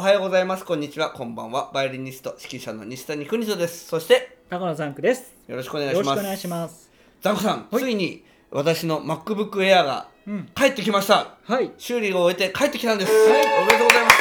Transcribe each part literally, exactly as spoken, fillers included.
おはようございます。こんにちは。こんばんは。バイオリニスト指揮者の西谷邦人です。そして高野ザンクです。 よろしくお願いします。 よろしくお願いします。 ザンクさん、 はい、 ついに私の MacBook Air が帰ってきました、 うん、はい、 修理を終えて帰ってきたんです、はい、おめでとうございます。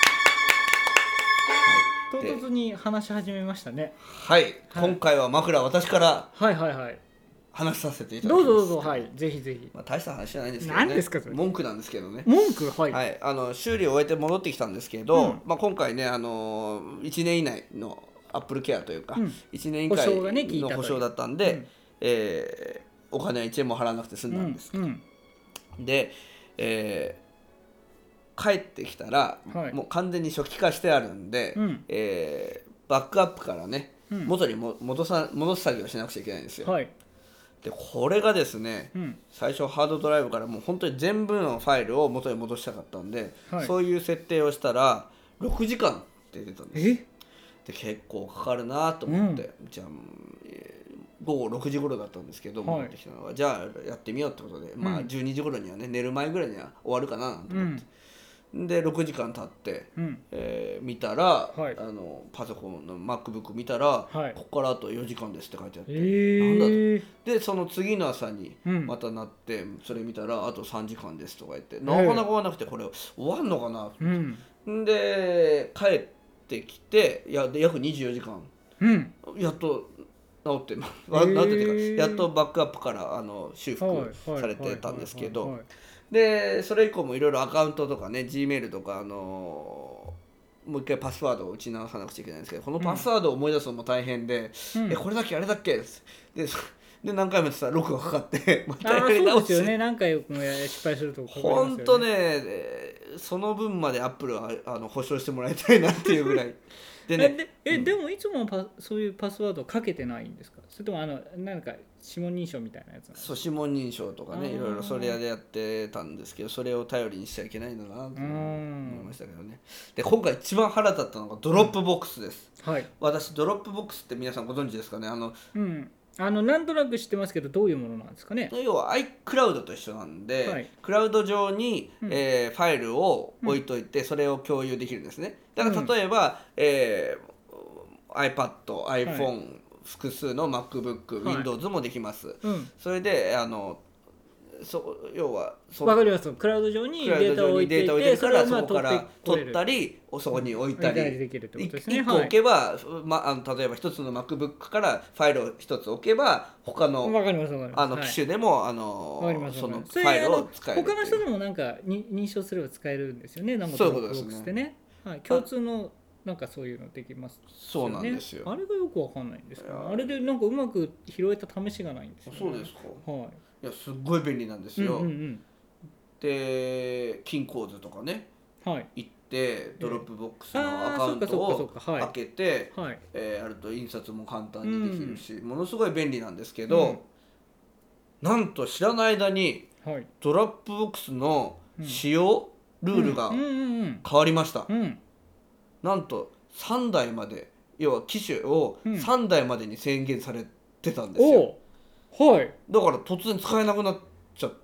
唐突に話し始めましたね。 はい、はい、今回は枕私からはいはいはい話させていただきます。 どうぞどうぞ、はい、ぜひぜひ。 まあ、大した話じゃないんですけどね。 何ですかそれ。 文句なんですけどね。 文句、はい、 はい、あの修理を終えて戻ってきたんですけど、 うん、 まあ、今回ね、あのいちねん以内のアップルケアというか、うん、いちねん以内の保証だったんで、うん、えー、お金はいちえんも払わなくて済んだんですけど、うんうん、で、えー、帰ってきたら、はい、もう完全に初期化してあるんで、うん、えー、バックアップからね、うん、元にも戻さ戻す作業をしなくちゃいけないんですよ。はい、でこれがですね、うん、最初ハードドライブからもう本当に全部のファイルを元に戻したかったんで、はい、そういう設定をしたらろくじかんって出たんです。で結構かかるなと思って、うん、じゃあ、えー、午後ろくじ頃だったんですけど、戻ってきたのが、はい、じゃあやってみようってことで、うん、まあじゅうにじ頃にはね、寝る前ぐらいには終わるかなと思って、うん、でろくじかん経って、うん、えー、見たら、はい、あのパソコンの MacBook 見たら、はい、ここからあとよじかんですって書いてあって、えー、なんだと。でその次の朝にまたなって、うん、それ見たらあとさんじかんですとか言って、なかなか終わらなくて、これ終わんのかなと思って、うん、で帰ってきて、いやで約にじゅうよじかん、うん、やっと治って、まあ、治ってっていうかやっとバックアップからあの修復されてたんですけど、でそれ以降もいろいろアカウントとかね Gmail とか、あのー、もう一回パスワードを打ち直さなくちゃいけないんですけど、このパスワードを思い出すのも大変で、うん、えこれだっけあれだっけでで何回もやってたらロックがかかってまたやり直して、そうですよね、何回も失敗すると本当ね、その分までアップルはあの保証してもらいたいなっていうぐらいでね、で, え、うん、でもいつもパそういうパスワードをかけてないんですか？それともあのなんか指紋認証みたいなやつなんですか？ そう、指紋認証とかね、いろいろそれでやってたんですけど、それを頼りにしちゃいけないんだなと思いましたけどね。で今回一番腹立ったのがドロップボックスです、うん、はい、私ドロップボックスって皆さんご存知ですかね。あの、 うん、あのなんとなく知ってますけど、どういうものなんですかね。 要は iCloud と一緒なんで、はい、クラウド上に、うん、えー、ファイルを置いといて、うん、それを共有できるんですね。だから例えば、うん、えー、iPad、iPhone、はい、複数の MacBook、はい、Windows もできます、うん、それであのそ要はわかります。クラウド上にデータを置いていて、 それをそこから取ったりそこに置いたり、いっこ置けば、ま、あの例えば一つの MacBook からファイルを一つ置けば他のあの機種でも、あのそのファイルを使える。 他の人でもなんか認証すれば使えるんですよね。なんかそういうことですね。はい、共通のなんかそういうのできます、ね、 そうなんですよ。 あれがよくわかんないんですけど、あれでなんかうまく拾えた試しがないんですよ、ね。 そうですか。 はい。 いやすっごい便利なんですよ。うんうんうん、で金鉱図とかね、はい、行ってドロップボックスのアカウントを開けて、はい、えー、あると印刷も簡単にできるし、うん、ものすごい便利なんですけど、うん、なんと知らない間に、はい、ドロップボックスの使用ルールが変わりました。うんうんうんうん、なんとさんだいまで、要は機種をさんだいまでに宣言されてたんですよ。はい、だから突然使えなくなっちゃって、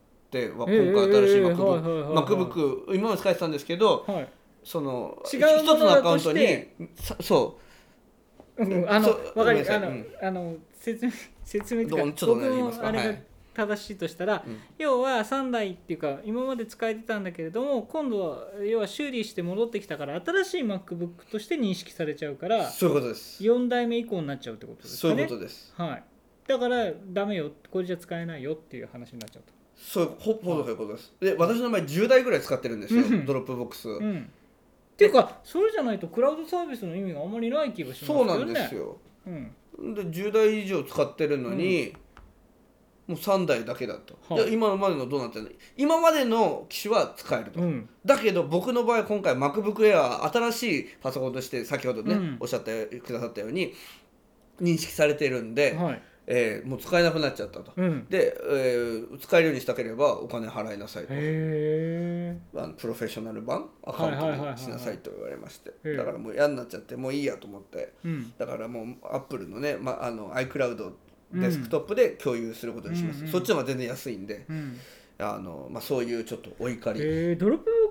今回新しい MacBook、MacBook 今まで使えてたんですけど、はい、その一つのアカウントにそう、 うん、あのわかりあの、うん、あの説明説明というか僕のあれが正しいとしたら、はい、要はさんだいっていうか今まで使えてたんだけれども、今度は要は修理して戻ってきたから新しい MacBook として認識されちゃうから、 そういうことです。 よんだいめ以降になっちゃうってことですかね。 そういうことです。 はい。だからダメよ、これじゃ使えないよっていう話になっちゃうと。 そうほほどそういうことです。で私の場合じゅうだいぐらい使ってるんですよ、うん、ドロップボックス、うん、 っていうかそれじゃないとクラウドサービスの意味があんまりない気がしますよね。 そうなんですよ、うん、でじゅうだい以上使ってるのに、うん、もうさんだいだけだと、はい、今までのどうなってるの、今までの機種は使えると、うん、だけど僕の場合今回 MacBook Air 新しいパソコンとして先ほどね、うん、おっしゃってくださったように認識されているんで、はい、えー、もう使えなくなっちゃったと、うん、で、えー、使えるようにしたければお金払いなさいと、へー、あのプロフェッショナル版アカウントにしなさいと言われまして、だからもう嫌になっちゃってもういいやと思って、うん、だからもう Apple のね、ま、あの iCloud デスクトップで共有することにします、うん、そっちの方が全然安いんで、うん、あのまあ、そういうちょっとお怒り、 えー、ドロップボッ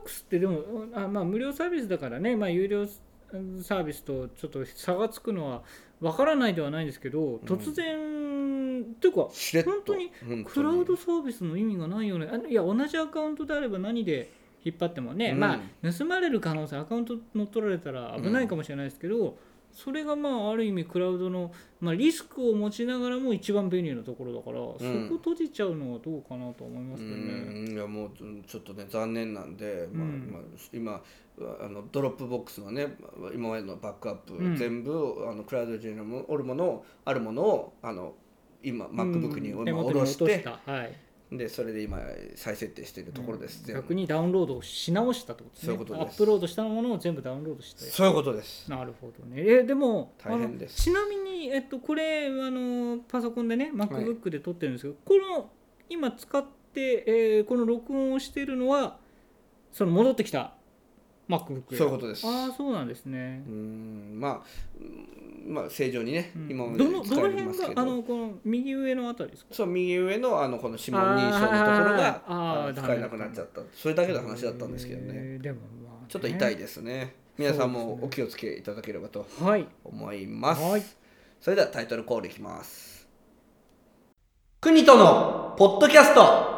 ックスってでもあ、まあ、無料サービスだからね、まあ、有料サービスとちょっと差がつくのはわからないではないんですけど、突然、うん、っていうか本当にクラウドサービスの意味がないよね。あいや同じアカウントであれば何で引っ張ってもね、うん、まあ盗まれる可能性、アカウント乗っ取られたら危ないかもしれないですけど、うん、それがまあある意味クラウドの、まあ、リスクを持ちながらも一番便利なところだから、うん、そこ閉じちゃうのはどうかなと思いますけどね。 うん、いやもうちょっとね残念なんで、まあうんまあ、今あのドロップボックスのね今までのバックアップ、うん、全部あのクラウド上におるものをあるものをあの今 MacBook に今下ろして、うんはい、でそれで今再設定しているところです、 うん、逆にダウンロードをし直したってことですね。そういうことです。アップロードしたものを全部ダウンロードした。 そういうことです。 なるほどね。えでも大変です。 ちなみに、えっと、これあのパソコンでね MacBook で撮ってるんですけど、はい、この今使って、えー、この録音をしているのはその戻ってきたMacBook。 そういうことです。 ああそうなんですね。 うーんまあまあ正常にね、うん、今まで使えますけど。どの辺があのこの右上のあたりですか。 そう右上のあのこの指紋認証のところが使えなくなっちゃった。それだけの話だったんですけどね。 でもまあ、ね、 ちょっと痛いですね。皆さんもお気をつけいただければと思います。はい、それではタイトルコールいきます。国とのポッドキャスト。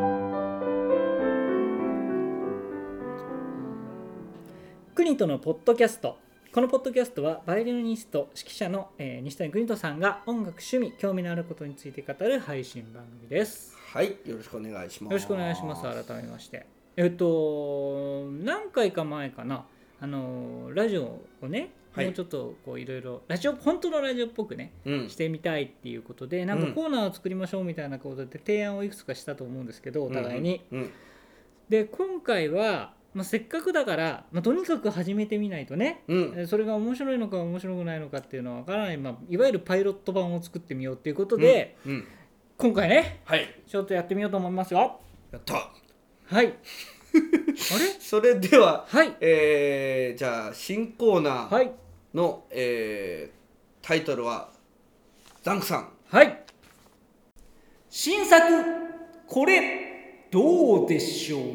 国とのポッドキャスト。このポッドキャストはバイオリニスト指揮者の、えー、西谷邦人さんが音楽趣味興味のあることについて語る配信番組です。 はい、よろしくお願いします。 よろしくお願いします。改めましてえっと何回か前かなあのラジオをね、はい、もうちょっとこういろいろラジオ本当のラジオっぽくね、うん、してみたいっていうことでなんかコーナーを作りましょうみたいなことで提案をいくつかしたと思うんですけどお互いに、うんうんうん、で今回はまあ、せっかくだから、まあ、とにかく始めてみないとね、うん、それが面白いのか面白くないのかっていうのは分からない、まあ、いわゆるパイロット版を作ってみようっていうことで、うんうん、今回ね、はい、ちょっとやってみようと思いますよ。 やったはいあれそれでは、はいえー、じゃあ新コーナーの、はいえー、タイトルはザンクさんはい新作これどうでしょう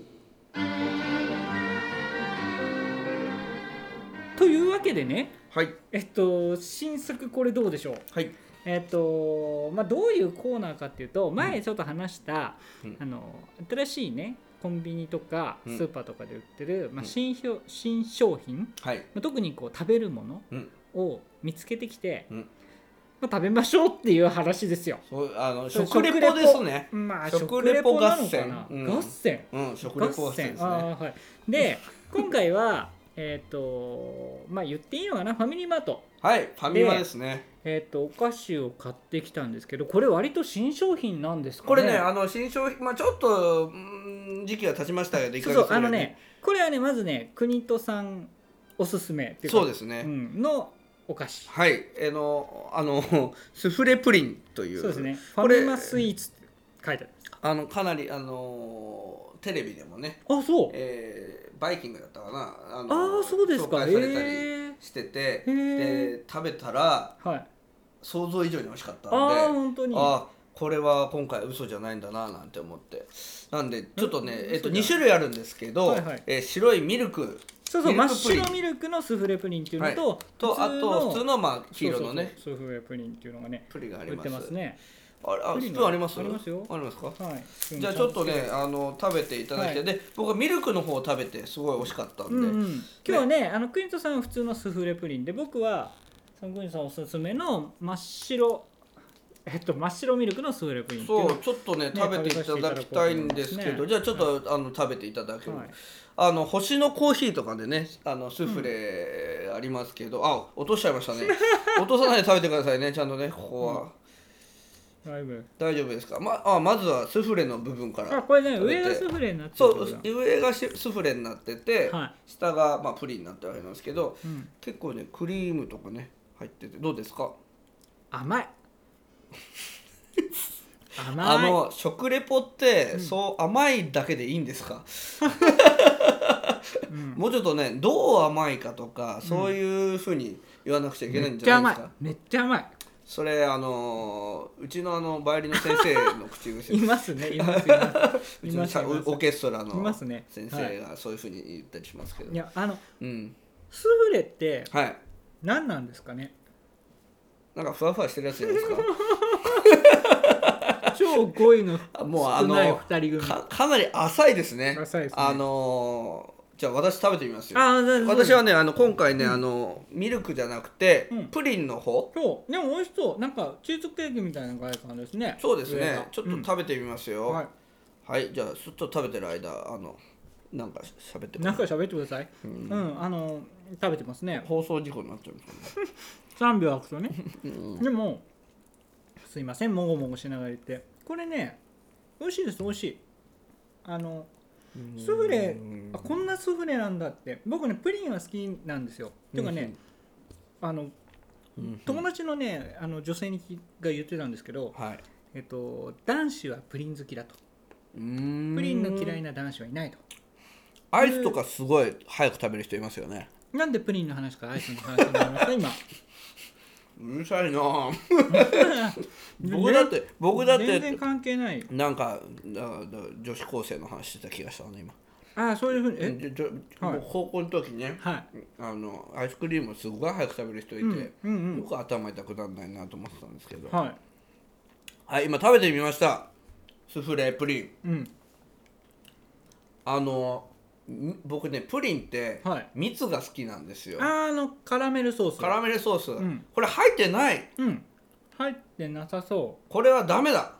というわけでね、はい、えっと新作これどうでしょう、はいえっとまあ、どういうコーナーかっていうと前ちょっと話した、うん、あの新しいねコンビニとかスーパーとかで売ってる、うんまあ、新, 新商品、はいまあ、特にこう食べるものを見つけてきて、うんまあ、食べましょうっていう話ですよ。 そうあの食レポですね。 まあ、食レポ合戦、うん、合戦、 うん、食レポ合戦ですね。あ、 はい、で今回はえっ、ー、とまあ言っていいのかなファミリーマートはいファミマですね。 えっ、ー、とお菓子を買ってきたんですけどこれ割と新商品なんですかね。 これねあの新商品まあちょっと、うん、時期が経ちましたけどいっかげつぐらい、ね、 そうそうあのねこれはねまずね国戸さんおすすめっていうかそうですね、 うん、のお菓子はいあのあのスフレプリンというそうですねファミマスイーツって書いてあるあのかなりあのテレビでもねあそう、 えー、バイキングだったかなあのあそうですか紹介されたりしてて、えー、で食べたら、はい、想像以上に美味しかったんであ本当にあこれは今回嘘じゃないんだななんて思ってなんでちょっとね、えっと、に種類あるんですけど、はいはいえー、白いミルクそうそう真っ白ミルクのスフレプリンっていうのと、はい、 とあと普通のまあ黄色のねそうそうそうスフレプリンっていうのがねプリがあります売ってますね。 ああスプーンありますありますよありますか、 はい、 じゃあちょっとねあの食べていただいて、はい、で僕はミルクの方を食べてすごい美味しかったんで、うんうん、 今日はねあのクイントさんは普通のスフレプリンで僕はそのクイントさんおすすめの真っ白えっと、真っ白ミルクのスフレプリンそうちょっとね食べていただきたいんですけど、ね、じゃあちょっと、はい、あの食べていただける、はい、あの星のコーヒーとかでねあのスフレありますけど、うん、あ落としちゃいましたね落とさないで食べてくださいねちゃんとねここは、 うん、大丈夫大丈夫ですか、まあ、まずはスフレの部分からあこれね上がスフレになってるそう上がスフレになってて、はい、下が、まあ、プリンになってるわけなんですけど、うん、結構ねクリームとかね入っててどうですか甘い甘いあの食レポって、うん、そう甘いだけでいいんですか、うん、もうちょっとねどう甘いかとかそういうふうに言わなくちゃいけないんじゃないですか。 めっちゃ甘いめっちゃ甘いそれあのうちのあのバイオリンの先生の口癖いますねいますいますうちのオーケストラのいますね先生がそういうふうに言ったりしますけど、 いやあの、 うん、 スフレって何なんですかね、 はい、なんかふわふわしてるやつじゃないですか超語彙の少ないふたり組 か, かなり浅いですね。 浅いですね。 あのーじゃあ私食べてみますよ。 あ私はねあの今回ね、うん、あのミルクじゃなくて、うん、プリンの方。 そうでも美味しそう、なんかチーズケーキみたいな外観ですね。 そうですね、ちょっと食べてみますよ、うん、はい、はい、じゃあちょっと食べてる間あのなんか喋ってなんか喋ってください。うん、うん、あの食べてますね。 放送事故になっちゃうんですよねさんびょう空くとね、うん、でもすいませんもごもごしながら言ってこれね美味しいです、美味しい。あのスフレ、あこんなスフレなんだって。僕ねプリンは好きなんですよ。っていうかね、あの友達のねあの女性にが言ってたんですけど、はい、えっと男子はプリン好きだと。プリンの嫌いな男子はいないと。 アイスとかすごい早く食べる人いますよね。 なんでプリンの話からアイスの話になりました今。 うるさいな僕だって僕だって全然関係ない。 なんか女子高生の話してた気がしたね今。 ああそういうふうにえじゃ、はい、高校の時ね、はい、あのアイスクリームをすごい早く食べる人いて、うんうんうん、よく頭痛くならないなと思ってたんですけど、はい、はい、今食べてみました。スフレプリン、うん、あの僕ねプリンって蜜が好きなんですよ、 はい、あ, あのカラメルソースカラメルソース、うん、これ入ってない、 うん、入ってなさそう。 これはダメだ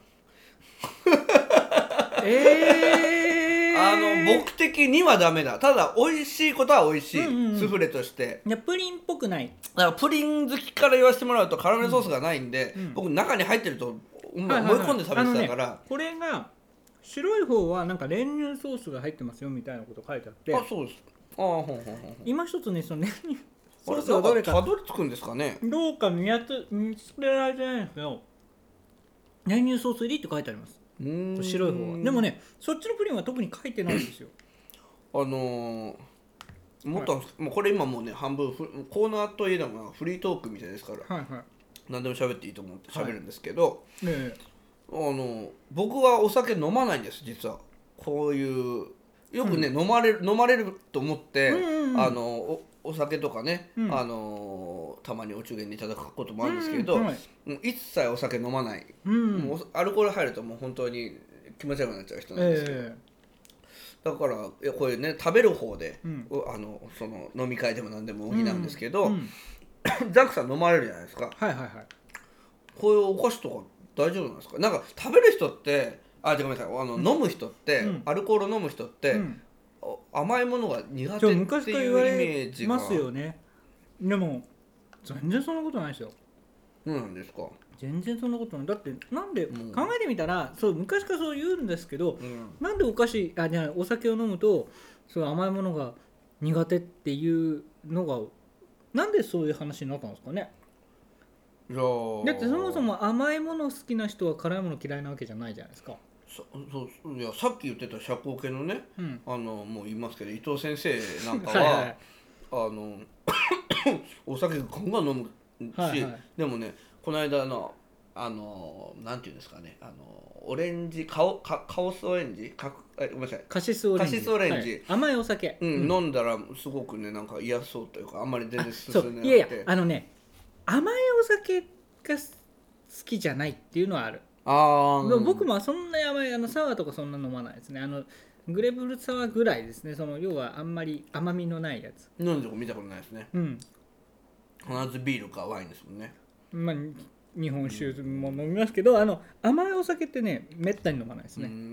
えー、 あの僕的にはダメだ。ただ美味しいことは美味しい、うんうん、スフレとして。 いやプリンっぽくない。 だからプリン好きから言わせてもらうとカラメルソースがないんで、うんうん、僕中に入ってると思い込んで食べてたから、 ね、これが白い方はなんか練乳ソースが入ってますよみたいなこと書いてあって。 あ、そうです。ああ、ほんほんほん。 今一つねその練乳ソースはどれかたどり着くんですかね。 どうか見つけられてないんですけど、練乳ソース入りって書いてあります。白い方は。でもねそっちのプリンは特に書いてないんですよ。 あのー、もっと、はい、もうこれ今もうね半分コーナーといえばフリートークみたいですから、はいはい、何でも喋っていいと思って喋るんですけど、はいね、あの僕はお酒飲まないんです実は。こういうよくね、うん、飲まれる飲まれると思って、うんうんうん、あの お, お酒とかね、うん、あのたまにお中元にいただくこともあるんですけど、うんうんはい、もう一切お酒飲まない、うん、もうアルコール入るともう本当に気持ち悪くなっちゃう人なんですけど、えー、だからいやこれね食べる方で、うん、あのその飲み会でも何でも補うんですけど、うんうん、ザックさん飲まれるじゃないですか、 はいはいはい、 こういうお菓子とか大丈夫なんですか。なんか食べる人ってあごめんなさいあの、うん、飲む人って、うん、アルコール飲む人って、うん、甘いものが苦手っていうイメージがますよね。でも全然そんなことないですよ。 そうなんですか。 全然そんなことない。だってなんで、うん、考えてみたらそう昔からそう言うんですけど、うん、なんでお菓子あじゃあお酒を飲むとそう甘いものが苦手っていうのがなんでそういう話になったんですかね。 いやだってそもそも甘いもの好きな人は辛いもの嫌いなわけじゃないじゃないですか。 そそういやさっき言ってた社交系のね、うん、あのもう言いますけど伊藤先生なんかははい、はい、あのお酒ガンガン飲むし、はいはい、でもねこの間のあのなんていうんですかねあのオレンジカオカカオスオレンジかえごめんなさいカシスオレンジ、 カシスオレンジ、 はい、甘いお酒、 うんうん、飲んだらすごくねなんか嫌そうというかあんまり全然進んでなくて。 いやいやあのね甘いお酒が好きじゃないっていうのはある。あ僕もそんな甘いあのサワーとかそんな飲まないですね。あのグレープフルーツサワーぐらいですね。その要はあんまり甘みのないやつ飲んでも見たことないですね。うん、必ずビールかワインですもんね。 まあ日本酒も飲みますけど、うん、あの甘いお酒ってねめったに飲まないですね。うーん、うん、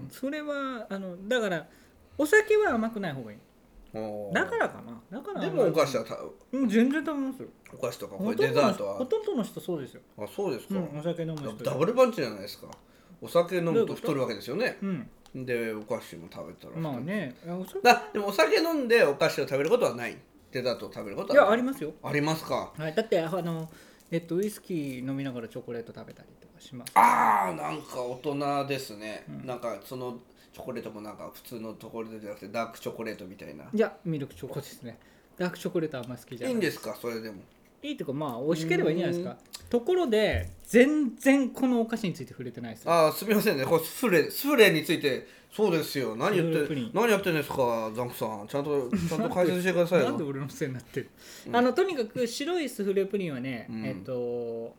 それはあのだからお酒は甘くない方がいい。だからかな。だからでもお菓子はた全然食べますよ。 お菓子とかこれデザートはほとんどの人そうですよ。 あそうですか、 うん、お酒飲む人ダブルパンチじゃないですか。お酒飲むと太るわけですよね。うん、でお菓子も食べたらまあねだでもお酒飲んでお菓子を食べることはない。デザートを食べることはない。 いやありますよ。 ありますか、 はい、だってあのえっとウイスキー飲みながらチョコレート食べたりとかします。 ああなんか大人ですね、うん、なんかそのチョコレートもなんか普通のチョコレートじゃなくてダークチョコレートみたいな。 いやミルクチョコですね。ダークチョコレートあんま好きじゃない。 いいんですかそれでも。 いいというかまあ美味しければいいんじゃないですか。ところで全然このお菓子について触れてないですよ。 ああすみませんね、これスフレスフレについてそうですよ、何言って何やってんですかザンクさん、ちゃんとちゃんと解説してくださいよ。 なんで俺のせいになってる、うん、あのとにかく白いスフレプリンはね、うん、えっと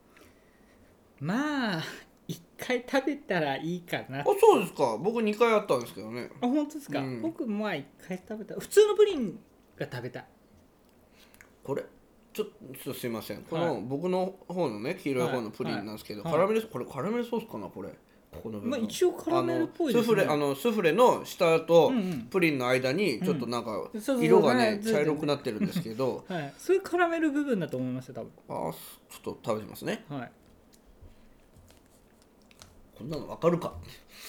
まあいっかい食べたらいいかな。あ、 そうですか。僕にかいあったんですけどね。 あ、本当ですか、うん、僕まあいっかい食べた。普通のプリンが食べたい。これちょっとすいません、この、はい、僕の方のね黄色い方のプリンなんですけど、はいはい、カラメルこれカラメルソースかな、これここの部分、 まあ、一応カラメルっぽいですね。 スフレあのスフレの下とプリンの間にちょっとなんか色がね茶色くなってるんですけど、 はい、そういうカラメル部分だと思いますよ多分。 あ、ちょっと食べてますね。 はい。 こんなの分かるか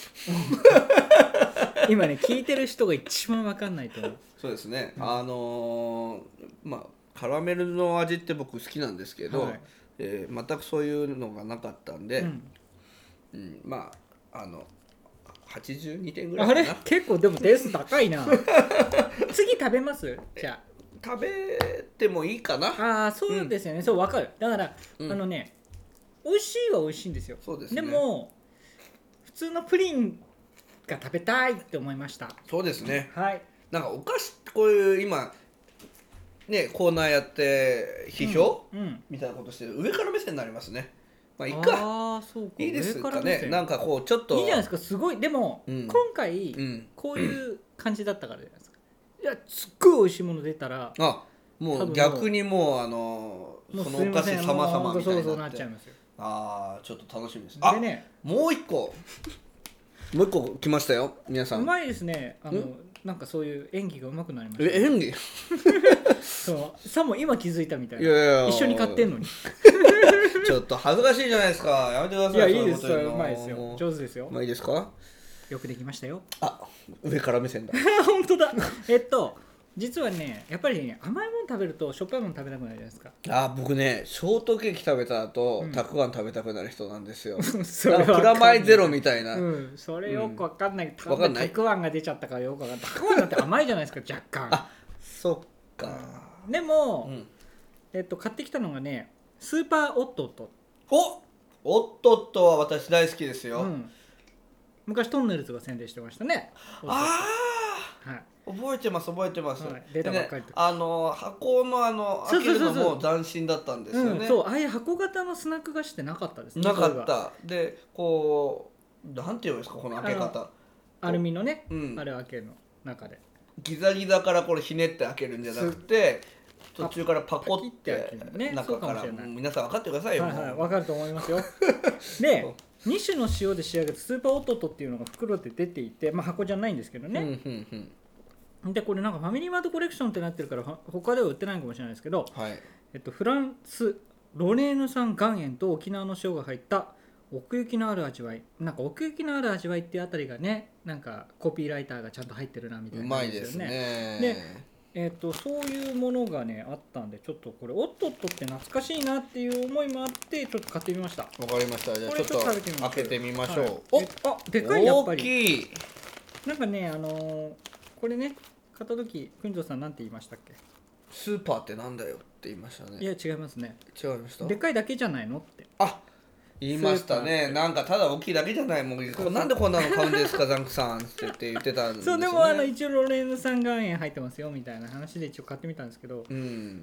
今ね聞いてる人が一番分かんないと思う。 そうですね、うん、あのー、まあカラメルの味って僕好きなんですけど、はい、えー、全くそういうのがなかったんで、うんうん、まああのはちじゅうにてんぐらいかな。 あれ結構でも点数高いな次食べます？じゃあ食べてもいいかな。 ああそうですよね、うん、そう分かる。だから、うん、あのね美味しいは美味しいんですよ。 そうですね。 でも普通のプリンが食べたいって思いました。 そうですね。 はい。 なんかお菓子ってこういう今ねコーナーやって批評、うんうん、みたいなことして上から目線になりますね。まあいいか。 あ、そうか。 いいですかね。なんかこうちょっといいじゃないですか。すごい。でも、うん、今回、うん、こういう感じだったからじゃないですか。いやすっごい美味しいもの出たら、 あ、もう逆にもうあのそのお菓子様々みたいになって。ああ、ちょっと楽しみです。あ、ね、もう一個もう一個来ましたよ皆さん。 うまいですね。あのなんかそういう演技がうまくなりました、ね。 え、演技そうさも今気づいたみたいな。いやいや一緒に買ってんのにちょっと恥ずかしいじゃないですか。やめてください。いやいいですよ。うまいですよ。上手ですよ。 まあいいですか。 よくできましたよ。 あ、上から目線だ本当だえっと実はねやっぱり、ね、甘いもの食べるとしょっぱいもの食べたくなるじゃないですか。 あ、僕ねショートケーキ食べた後、うん、たくあん食べたくなる人なんですよそれプラマイゼロみたいな、 うん、それよくわかんない、うん、かんない。たくあんが出ちゃったからよくわかんない。たくあんだって甘いじゃないですか若干あ、そっか。 でも、うん、えっと買ってきたのがねスーパーオットット。 おオットットは私大好きですよ、うん、 昔トンネルズが宣伝してましたね。 ああ、はい、覚えてます覚えてます、はい、出たばっかり、ね、あの箱のあの開けるのも斬新だったんですよね。 うん、そうああいう箱型のスナック菓子ってなかったですね。 なかった。でこうなんていうんですかこの開け方、 アルミのね、うん、あれ開けるの中でギザギザからこれひねって開けるんじゃなくて途中からパコって、ね、中から皆さん分かってくださいよ。 はいはい、分かると思いますよでに種の塩で仕上げたスーパーオットットっていうのが袋で出ていて、まあ、箱じゃないんですけどね、うんうんうん、でこれなんかファミリーマートコレクションってなってるから他では売ってないかもしれないですけど、はい、えっと、フランスロレーヌ産岩塩と沖縄の塩が入った奥行きのある味わい。なんか奥行きのある味わいっていうあたりがねなんかコピーライターがちゃんと入ってるなみたいな感じですよね。うまいですね。でえー、とそういうものがねあったんでちょっとこれおっとっとって懐かしいなっていう思いもあってちょっと買ってみました。わかりました。じゃあちょっと開けてみましょう、はい、 おあでかいやっぱり大きい。 なんかねあのー、これね買った時くんぞうさんなんて言いましたっけ。 スーパーってなんだよって言いましたね。 いや違いますね。 違いました。 でかいだけじゃないのって。 あ、言いましたね。なんかただ大きいだけじゃないもうなんでこんなの買うんですかザンクさんって言ってたんですよね。 そうでもあの一応ロレーヌ産岩塩入ってますよみたいな話で一応買ってみたんですけど、うん、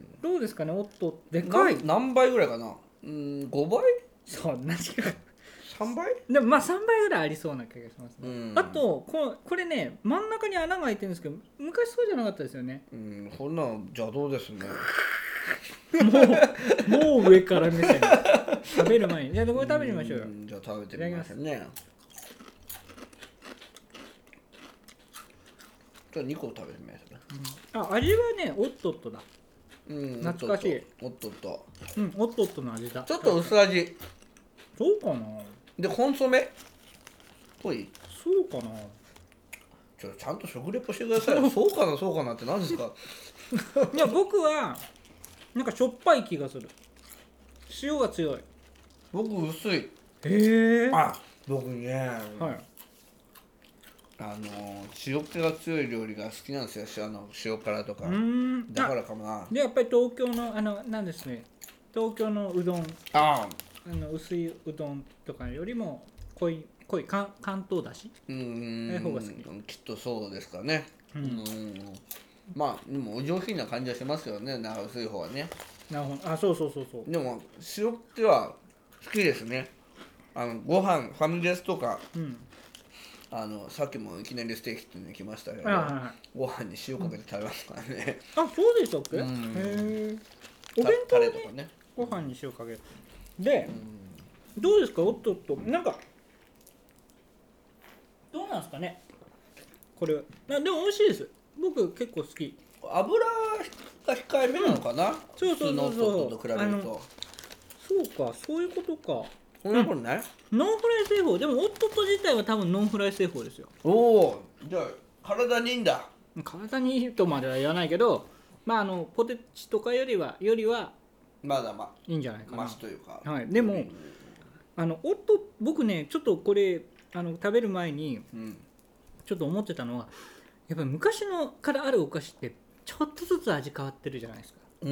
どうですかね。おっとでかい。 何倍ぐらいかな。うん、ごばい。 そう同じかさんばい。 でもまあさんばいぐらいありそうな気がしますね、うん、あとここれね真ん中に穴が開いてるんですけど昔そうじゃなかったですよね。 うん、こんなの邪道ですねもうもう上から目線食べる前にじゃあこれ食べてみましょうよ。 じゃあ食べてみましょうね。じゃあにこ食べてみましょう、うん、あ味はねおっとっとだ、うん、懐かしい。 おっとっと、 うん、おっとっとの味だ。 ちょっと薄味。 そうかな。 でコンソメっぽい。 そうかな。 ちょちゃんと食レポしてくださいそうかなそうかなって何ですかいや僕はなんかしょっぱい気がする。塩が強い。 僕薄い。 へえ。 あ、僕ね、はい、 あの塩気が強い料理が好きなんですよ。あの塩辛とか。だからかもな。 でやっぱり東京のあのなんですね。東京のうどん、 ああの薄いうどんとかよりも濃い濃い関関東だし。 うん。 の方が好き。 きっとそうですかね。うん。うんまあでもお上品な感じはしますよね。なんか薄い方はね。 なるほど。あ、そうそうそうそう。 でも塩気は好きですね。あのご飯ファミレスとか、うん、あのさっきもいきなりステーキって来ましたけど、はいはい、ご飯に塩かけて食べますからね。 うん、あ、そうでしたっけ？うん、へえ。お弁当で、ね、ご飯に塩かける。で、うん、どうですか？おっとっと、なんかどうなんですかね。これなでも美味しいです。僕結構好き。 油が控えめなのかな、うん、 そうそうそうそう、 と比べると。 そうか、そういうことか。 そんなことない、 うん、ノンフライ製法。でもオットット自体は多分ノンフライ製法ですよ。 おお、じゃあ体にいいんだ。 体にいいとまでは言わないけど、まああのポテチとかよりはよりはまだまあいいんじゃないかな。 マシというか。 はい。でも、うん、あのオット僕ねちょっとこれあの食べる前にちょっと思ってたのは、やっぱり昔のからあるお菓子ってちょっとずつ味変わってるじゃないですか。うん。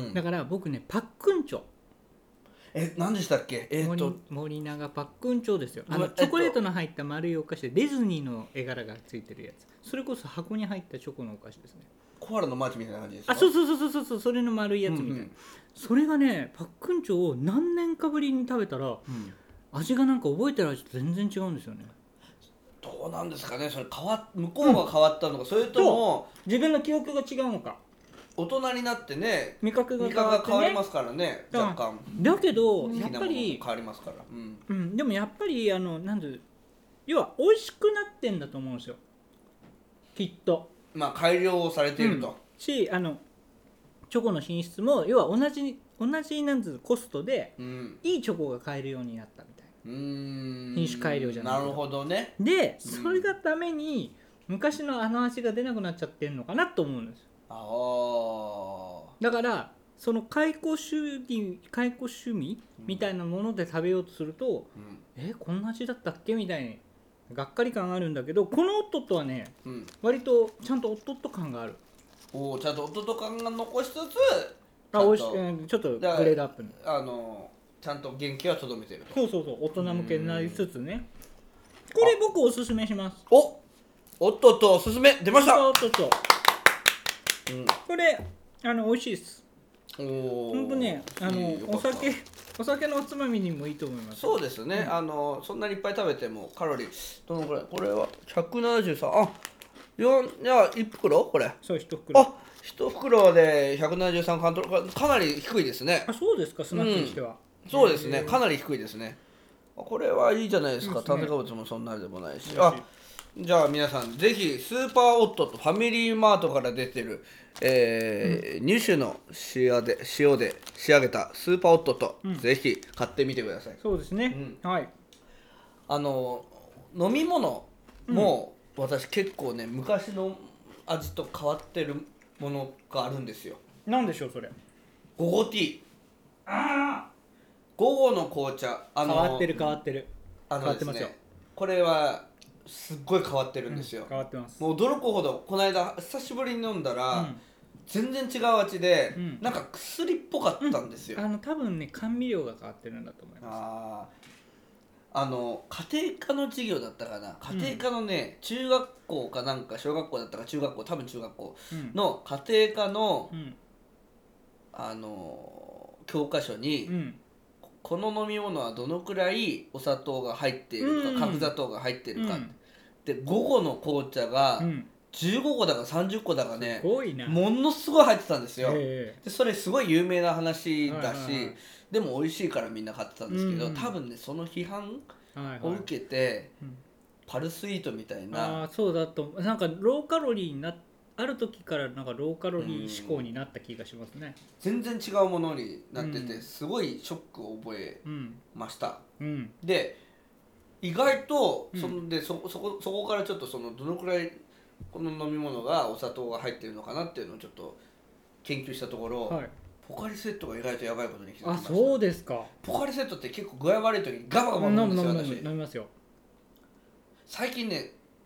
だから僕ねパックンチョ。 え、何でしたっけ？えー、っと森永パックンチョですよ。あのチョコレートの入った丸いお菓子でディズニーの絵柄がついてるやつ。それこそ箱に入ったチョコのお菓子ですね。 コアラのマーチみたいな感じですか？ あ、そうそうそうそうそう、それの丸いやつみたいな、うんうん、それがねパックンチョを何年かぶりに食べたら、うん、味がなんか覚えてる味と全然違うんですよね。 どうなんですかね。それ変わ向こうが変わったのか、うん、それとも自分の記憶が違うのか。 大人になってね、 味覚が変わって、ね、 味覚が変わりますからね、若干。 だけどやっぱり変わりますから、うんうん、でもやっぱりあのなんで要は美味しくなってんだと思うんですよ、きっと。 まあ改良されていると、うん、 し、あのチョコの品質も要は同じ同じなんていうコストで、うん、いいチョコが買えるようになったみたいな。うーん、品種改良じゃないけど。 なるほどね。 で、それがために昔のあの味が出なくなっちゃってるのかなと思うんですよ。あだからその解雇主義解雇趣味みたいなもので食べようとすると、うん、えこんな味だったっけみたいにがっかり感があるんだけど、このオットットはね、うん、割とちゃんとオットット感がある。 おお、ちゃんとオットット感が残しつつ、 あおいし、うん、ちょっとグレードアップにあのちゃんと元気はとどめてると。 そうそうそう、大人向けになりつつね。これ僕おすすめします。 おオットットおすすめ出ました。 オットット、うん、これあの美味しいです。おほんとね、あのお酒お酒のおつまみにもいいと思います。 そうですね、うん、あのそんなにいっぱい食べてもカロリーどのくらい？これはひゃくななじゅうさん、あよんいやいち袋これ。 そう、いち袋。 あいち袋でひゃくななじゅうさんカントロー、かなり低いですね。 あ、そうですか、スナックにしては、 うん、そうですね、かなり低いですね。これはいいじゃないですか。炭水化物もそんなでもないし。あじゃあ皆さんぜひスーパーオットとファミリーマートから出てる、えーうん、に種の塩で塩で仕上げたスーパーオットと、うん、ぜひ買ってみてください。 そうですね、うん、はい。 あの飲み物も、うん、私結構ね昔の味と変わってるものがあるんですよ。 なんでしょうそれ？ ゴゴティー。ああ午後の紅茶、 あの変わってる変わってるあのですね、変わってますよ。これはすっごい変わってるんですよ、うん、 変わってます。 もう驚くほどこの間久しぶりに飲んだら、うん、全然違う味で、うん、なんか薬っぽかったんですよ、 うん、あの多分ね甘味料が変わってるんだと思います。 ああの家庭科の授業だったかな、家庭科のね、うん、中学校かなんか小学校だったか中学校、多分中学校の家庭科の、うん、あの教科書に、うんこの飲み物はどのくらいお砂糖が入っているか、うん、角砂糖が入っているか、うん、で午後の紅茶がじゅうごこだかさんじゅっこだかね、 すごいな、 ものすごい入ってたんですよ。でそれすごい有名な話だし、はいはいはい、でも美味しいからみんな買ってたんですけど、うん、多分ねその批判を受けて、はいはいうん、パルスイートみたいな、 あそうだとなんかローカロリーになってある時からなんかローカロリー志向になった気がしますね。 全然違うものになってて、うん、すごいショックを覚えました、うん、で意外とそので そ, そ, こそこからちょっとそのどのくらいこの飲み物がお砂糖が入ってるのかなっていうのをちょっと研究したところ、はい、ポカリセットが意外とやばいことに気づきました。 あ、そうですか。 ポカリセットって結構具合悪い時にガバガバ飲むんですよ。 飲みますよ。 最近ね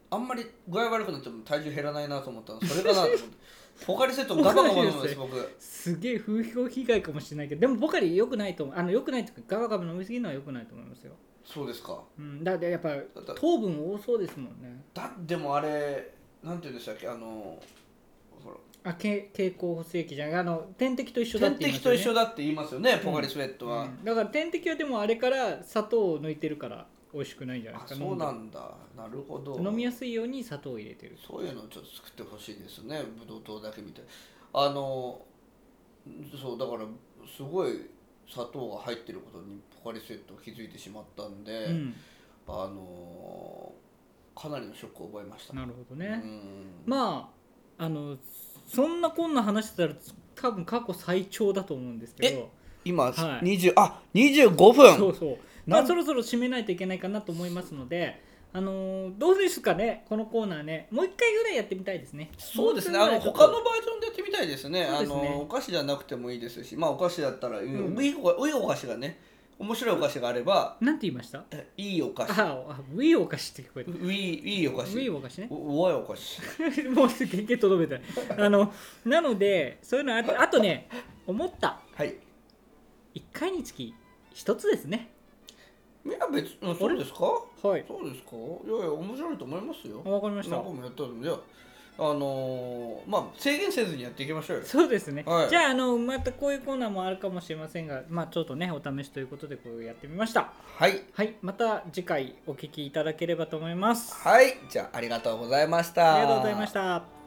あんまり具合悪くなっても体重減らないなと思ったのそれかなと思ってポカリセットガバガバ飲むんです僕。 すげえ風評被害かもしれないけど、でもポカリ良くないと思う。あの良くないというかガバガバ飲みすぎるのは良くないと思いますよ。 そうですか。 うん、だってやっぱ糖分多そうですもんね。 だでもあれなんて言うんでしたっけ、あのほらあ経経口補正液じゃない、あの点滴と一緒だって言いますよね。 点滴と一緒だって言いますよね、ポカリスエットは、 うんうん、だから点滴はでもあれから砂糖を抜いてるから美味しくないんじゃないですか。 そうなんだ、なるほど。 飲みやすいように砂糖を入れてる。 そういうのをちょっと作ってほしいですね、ブドウ糖だけみたいな。あのそうだからすごい砂糖が入ってることにポカリスエット気づいてしまったんで、うん、あのかなりのショックを覚えました。 なるほどね。まああのそんなこんな話してたら多分過去最長だと思うんですけど、 今、はい、にじゅうあにじゅうごふん。 そうそう。まあそろそろ締めないといけないかなと思いますので、あのー、どうですかね、このコーナーね、もう一回ぐらいやってみたいですね。 そうですね、あの他のバージョンでやってみたいですね。あのお菓子じゃなくてもいいですし、まあお菓子だったら、うん、いいお菓子がね、面白いお菓子があれば。 なんて言いました？ いいお菓子。 ああ、ウィーお菓子って聞こえた。 ウィーいいお菓子。 ウィーお菓子ね。 おわいお菓子。 もうすげえとどめた。あのなのでそういうのあとあとね、思った。 はい。 一回につき一つですね。 いや別にそうですか？ はい。 そうですか？いやいや面白いと思いますよ。 わかりました。 何個もやったので、あのー、まあ制限せずにやっていきましょうよ。 そうですね。 はい、 じゃああのまたこういうコーナーもあるかもしれませんが、まあちょっとねお試しということでこうやってみました。 はいはい。また次回お聞きいただければと思います。 はい。じゃあありがとうございました。 ありがとうございました。